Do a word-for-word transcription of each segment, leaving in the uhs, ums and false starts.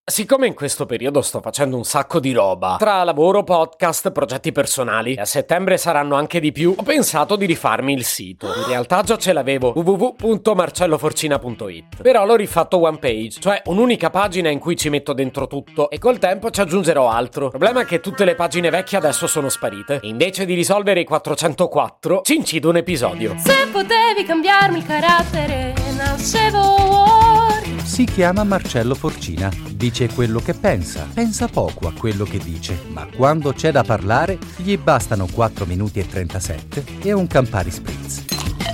Siccome in questo periodo sto facendo un sacco di roba, tra lavoro, podcast, progetti personali, e a settembre saranno anche di più, ho pensato di rifarmi il sito. In realtà già ce l'avevo, w w w punto marcello forcina punto i t, però l'ho rifatto one page, cioè un'unica pagina in cui ci metto dentro tutto, e col tempo ci aggiungerò altro. Il problema è che tutte le pagine vecchie adesso sono sparite, e invece di risolvere i quattrocentoquattro, ci incido un episodio. Se potevi cambiarmi il carattere, nascevo Word. Si chiama Marcello Forcina, dice quello che pensa, pensa poco a quello che dice, ma quando c'è da parlare gli bastano quattro minuti e trentasette e un Campari Spritz.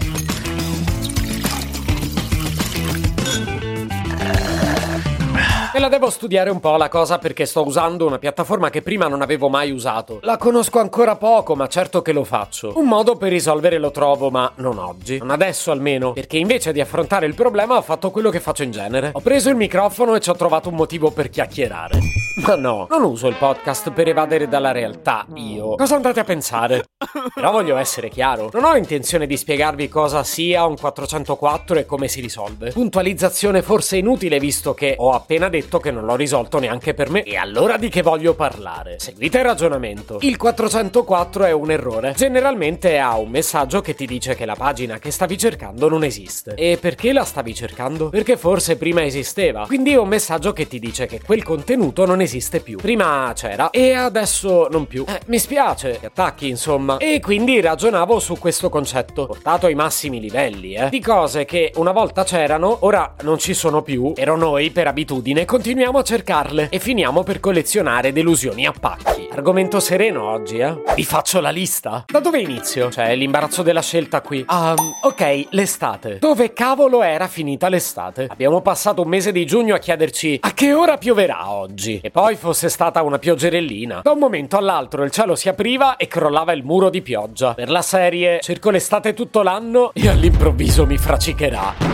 E la devo studiare un po' la cosa perché sto usando una piattaforma che prima non avevo mai usato. La conosco ancora poco, ma certo che lo faccio. Un modo per risolvere lo trovo, ma non oggi. Non adesso almeno, perché invece di affrontare il problema ho fatto quello che faccio in genere. Ho preso il microfono e ci ho trovato un motivo per chiacchierare. Ma no, non uso il podcast per evadere dalla realtà, io. Cosa andate a pensare? Però voglio essere chiaro. Non ho intenzione di spiegarvi cosa sia un quattrocentoquattro e come si risolve. Puntualizzazione forse inutile visto che ho appena detto che non l'ho risolto neanche per me. E allora di che voglio parlare? Seguite il ragionamento. Il quattrocentoquattro è un errore. Generalmente ha un messaggio che ti dice che la pagina che stavi cercando non esiste. E perché la stavi cercando? Perché forse prima esisteva. Quindi è un messaggio che ti dice che quel contenuto non esiste più. Prima c'era e adesso non più. Eh, mi spiace. Ti attacchi, insomma. E quindi ragionavo su questo concetto, portato ai massimi livelli, eh. Di cose che una volta c'erano, ora non ci sono più, però noi per abitudine continuiamo a cercarle e finiamo per collezionare delusioni a pacchi. Argomento sereno oggi, eh? Vi faccio la lista? Da dove inizio? C'è l'imbarazzo della scelta qui. Um, ok, l'estate. Dove cavolo era finita l'estate? Abbiamo passato un mese di giugno a chiederci a che ora pioverà oggi? E poi fosse stata una pioggerellina. Da un momento all'altro il cielo si apriva e crollava il muro di pioggia. Per la serie, cerco l'estate tutto l'anno e all'improvviso mi fracicherà.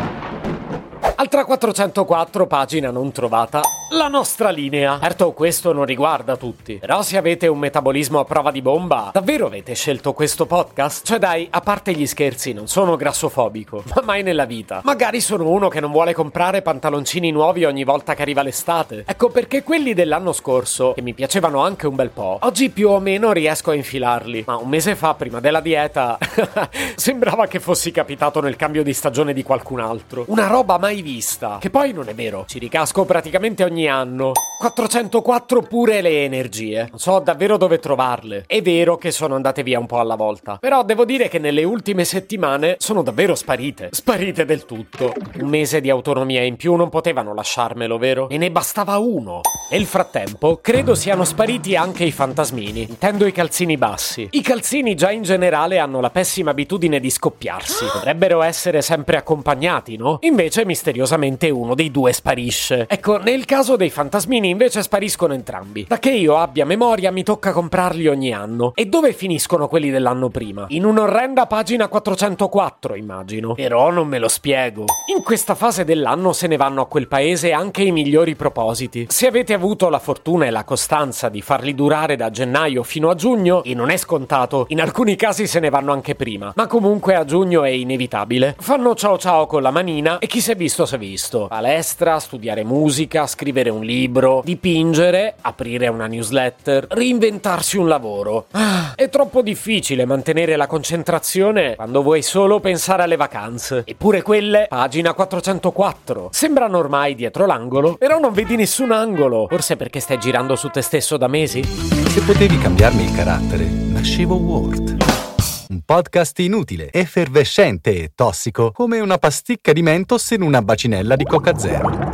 Altra quattrocentoquattro, pagina non trovata, la nostra linea. Certo, questo non riguarda tutti, però se avete un metabolismo a prova di bomba, davvero avete scelto questo podcast? Cioè dai, a parte gli scherzi, non sono grassofobico, ma mai nella vita. Magari sono uno che non vuole comprare pantaloncini nuovi ogni volta che arriva l'estate. Ecco perché quelli dell'anno scorso, che mi piacevano anche un bel po', oggi più o meno riesco a infilarli. Ma un mese fa, prima della dieta, sembrava che fossi capitato nel cambio di stagione di qualcun altro. Una roba mai vista. Che poi non è vero, ci ricasco praticamente ogni anno. quattrocentoquattro pure le energie. Non so davvero dove trovarle. È vero che sono andate via un po' alla volta, però devo dire che nelle ultime settimane sono davvero sparite. Sparite del tutto. Un mese di autonomia in più non potevano lasciarmelo, vero? E ne bastava uno. Nel frattempo, credo siano spariti anche i fantasmini. Intendo i calzini bassi. I calzini già in generale hanno la pessima abitudine di scoppiarsi. Dovrebbero essere sempre accompagnati, no? Invece misteriosamente uno dei due sparisce. Ecco, nel caso dei fantasmini invece spariscono entrambi. Da che io abbia memoria mi tocca comprarli ogni anno. E dove finiscono quelli dell'anno prima? In un'orrenda pagina quattrocentoquattro, immagino. Però non me lo spiego. In questa fase dell'anno se ne vanno a quel paese anche i migliori propositi. Se avete avuto la fortuna e la costanza di farli durare da gennaio fino a giugno, e non è scontato, in alcuni casi se ne vanno anche prima, ma comunque a giugno è inevitabile. Fanno ciao ciao con la manina e chi si è visto si è visto. Palestra, studiare musica, scrivere un libro, dipingere, aprire una newsletter, reinventarsi un lavoro. Ah, è troppo difficile mantenere la concentrazione quando vuoi solo pensare alle vacanze. Eppure quelle, pagina quattrocentoquattro, sembrano ormai dietro l'angolo, però non vedi nessun angolo. Forse perché stai girando su te stesso da mesi? Se potevi cambiarmi il carattere, nascevo Word. Un podcast inutile, effervescente e tossico, come una pasticca di Mentos in una bacinella di Coca Zero.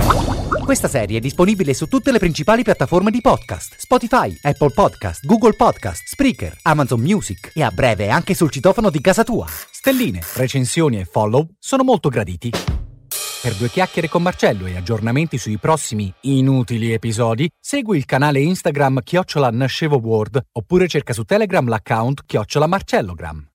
Questa serie è disponibile su tutte le principali piattaforme di podcast: Spotify, Apple Podcast, Google Podcast, Spreaker, Amazon Music e a breve anche sul citofono di casa tua. Stelline, recensioni e follow sono molto graditi. Per due chiacchiere con Marcello e aggiornamenti sui prossimi inutili episodi, segui il canale Instagram chiocciola Nascevo Word oppure cerca su Telegram l'account chiocciola Marcellogram.